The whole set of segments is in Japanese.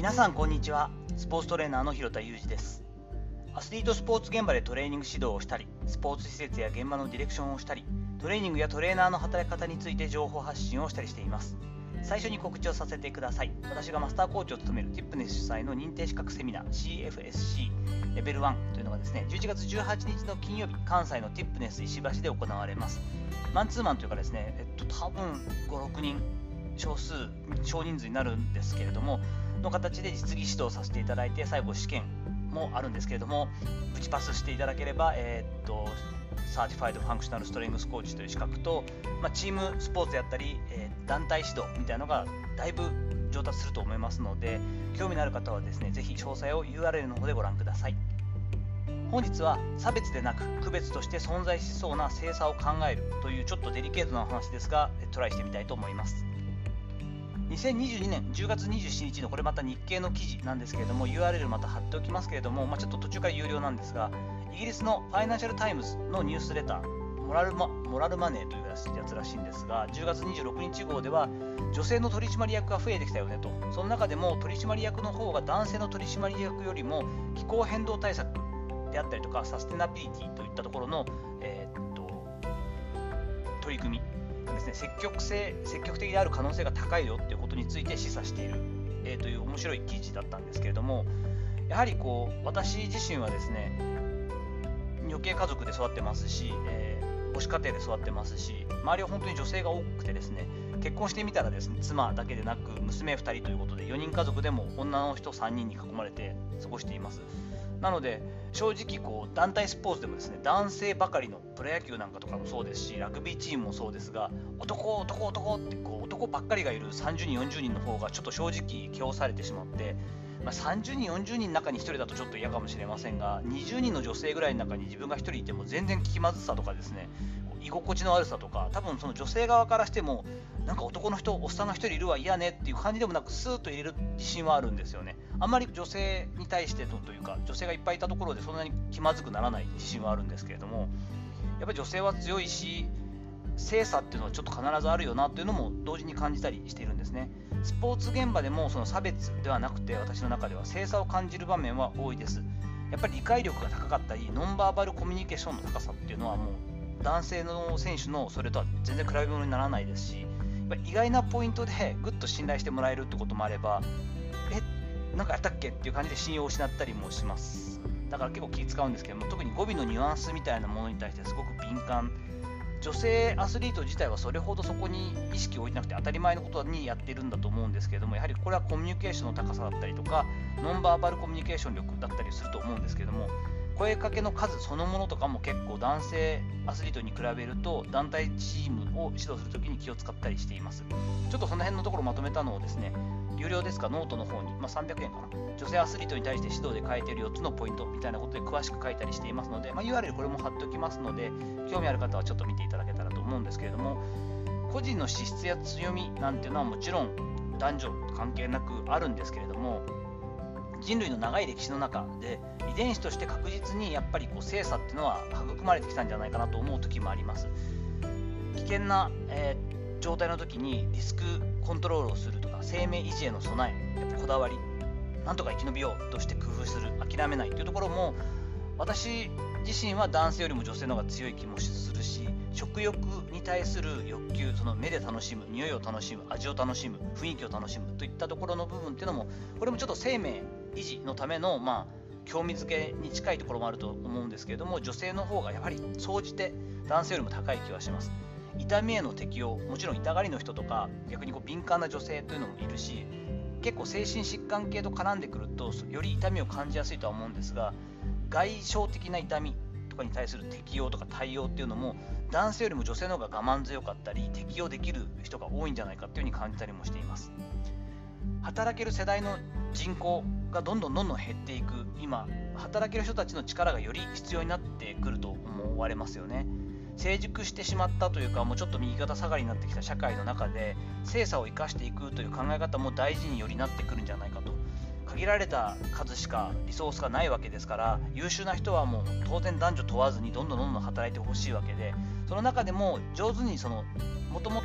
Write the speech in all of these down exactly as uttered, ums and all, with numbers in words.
皆さんこんにちは。スポーツトレーナーの広田裕二です。アスリートスポーツ現場でトレーニング指導をしたり、スポーツ施設や現場のディレクションをしたり、トレーニングやトレーナーの働き方について情報発信をしたりしています。最初に告知をさせてください。私がマスターコーチを務めるティップネス主催の認定資格セミナー シーエフエスシー レベルワンというのがですね、じゅういちがつじゅうはちにちの金曜日、関西のティップネス石橋で行われます。マンツーマンというかですね、えっと、多分ご、ろくにん少数少人数になるんですけれどもの形で実技指導させていただいて、最後試験もあるんですけれども、プチパスしていただければ、えー、っとサーティファイドファンクショナルストレングスコーチという資格と、まあ、チームスポーツやったり、えー、団体指導みたいなのがだいぶ上達すると思いますので、興味のある方はですね、ぜひ詳細を ユーアールエル の方でご覧ください。本日は差別でなく区別として存在しそうな性差を考えるというちょっとデリケートなお話ですが、トライしてみたいと思います。にせんにじゅうにねんじゅうがつにじゅうしちにちのこれまた日経の記事なんですけれども、 ユーアールエル また貼っておきますけれども、まあ、ちょっと途中から有料なんですが、イギリスのファイナンシャルタイムズのニュースレターモラルマ、モラルマネーというやつらしいんですが、じゅうがつにじゅうろくにち号では女性の取締役が増えてきたよねと、その中でも取締役の方が男性の取締役よりも気候変動対策であったりとかサステナビリティといったところの、えー、っと取り組みですね、積極性積極的である可能性が高いよということについて示唆している、えー、という面白い記事だったんですけれども、やはりこう私自身はですね、女系家族で育ってますし、えー、母子家庭で育ってますし、周りは本当に女性が多くてですね、結婚してみたらですね、妻だけでなく娘ふたりということでよにん家族でも女の人さんにんに囲まれて過ごしています。なので正直こう団体スポーツでもですね、男性ばかりのプロ野球なんかとかもそうですし、ラグビーチームもそうですが、男男男ってこう男ばっかりがいるさんじゅうにんよんじゅうにんの方がちょっと正直気をされてしまって、まあ、さんじゅうにんよんじゅうにんの中にひとりだとちょっと嫌かもしれませんが、にじゅうにんの女性ぐらいの中に自分がひとりいても全然聞きまずさとかですね、居心地の悪さとか、多分その女性側からしてもなんか男の人おっさんがひとりいるわ嫌ねっていう感じでもなく、スーッと入れる自信はあるんですよね。あんまり女性に対してのというか、女性がいっぱいいたところでそんなに気まずくならない自信はあるんですけれども、やっぱり女性は強いし、性差っていうのはちょっと必ずあるよなというのも同時に感じたりしているんですね。スポーツ現場でもその差別ではなくて、私の中では性差を感じる場面は多いです。やっぱり理解力が高かったり、ノンバーバルコミュニケーションの高さっていうのはもう男性の選手のそれとは全然比べ物にならないですし、やっぱり意外なポイントでぐっと信頼してもらえるってこともあれば、えなんかやったっけっていう感じで信用を失ったりもします。だから結構気使うんですけども、特に語尾のニュアンスみたいなものに対してすごく敏感。女性アスリート自体はそれほどそこに意識を置いてなくて当たり前のことにやっているんだと思うんですけれども、やはりこれはコミュニケーションの高さだったりとか、ノンバーバルコミュニケーション力だったりすると思うんですけれども、声かけの数そのものとかも結構男性アスリートに比べると団体チームを指導するときに気を使ったりしています。ちょっとその辺のところをまとめたのをですね、有料ですかノートの方に、まあ、さんびゃくえんかな、女性アスリートに対して指導で書いているよっつのポイントみたいなことで詳しく書いたりしていますので、まあ、ユーアールエル これも貼っておきますので、興味ある方はちょっと見ていただけたらと思うんですけれども、個人の資質や強みなんていうのはもちろん男女関係なくあるんですけれども、人類の長い歴史の中で遺伝子として確実にやっぱりこう性差っていうのは育まれてきたんじゃないかなと思う時もあります。危険な、えー、状態の時にリスクコントロールをするとか、生命維持への備え、やっぱこだわり、なんとか生き延びようとして工夫する、諦めないというところも、私自身は男性よりも女性の方が強い気もするし、食欲に対する欲求、その目で楽しむ、匂いを楽しむ、味を楽しむ、雰囲気を楽しむといったところの部分っていうのも、これもちょっと生命維持のための、まあ、興味づけに近いところもあると思うんですけれども、女性の方がやはり総じて男性よりも高い気はします。痛みへの適応、もちろん痛がりの人とか逆にこう敏感な女性というのもいるし、結構精神疾患系と絡んでくるとより痛みを感じやすいとは思うんですが、外傷的な痛みとかに対する適応とか対応っていうのも男性よりも女性の方が我慢強かったり適応できる人が多いんじゃないかっていう風に感じたりもしています。働ける世代の人口がどんどんどんどん減っていく今、働ける人たちの力がより必要になってくると思われますよね。成熟してしまったというか、もうちょっと右肩下がりになってきた社会の中で性差を生かしていくという考え方も大事によりなってくるんじゃないかと。限られた数しかリソースがないわけですから、優秀な人はもう当然男女問わずにどんどんどんどん働いてほしいわけで、その中でも上手にそのもともと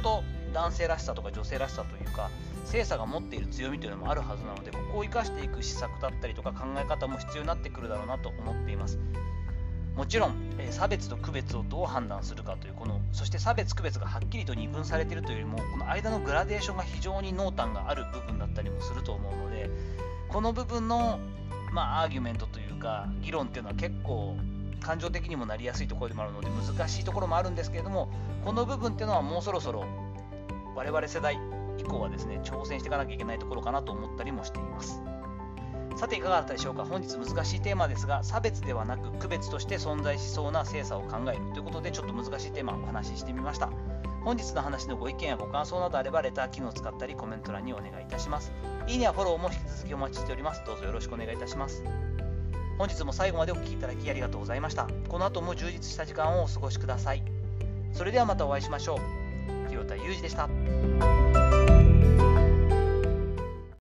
男性らしさとか女性らしさというか性差が持っている強みというのもあるはずなので、ここを生かしていく施策だったりとか考え方も必要になってくるだろうなと思っています。もちろん、えー差別と区別をどう判断するかというこの、そして差別区別がはっきりと二分されているというよりも、この間のグラデーションが非常に濃淡がある部分だったりもすると思うので、この部分の、まあ、アーギュメントというか議論っていうのは結構感情的にもなりやすいところでもあるので難しいところもあるんですけれども、この部分っていうのはもうそろそろ我々世代以降はですね挑戦していかなきゃいけないところかなと思ったりもしています。さていかがだったでしょうか。本日難しいテーマですが、差別ではなく区別として存在しそうな性差を考えるということで、ちょっと難しいテーマをお話ししてみました。本日の話のご意見やご感想などあればレター機能を使ったりコメント欄にお願いいたします。いいねやフォローも引き続きお待ちしております。どうぞよろしくお願いいたします。本日も最後までお聞きいただきありがとうございました。この後も充実した時間をお過ごしください。それではまたお会いしましょう。広田裕二でした。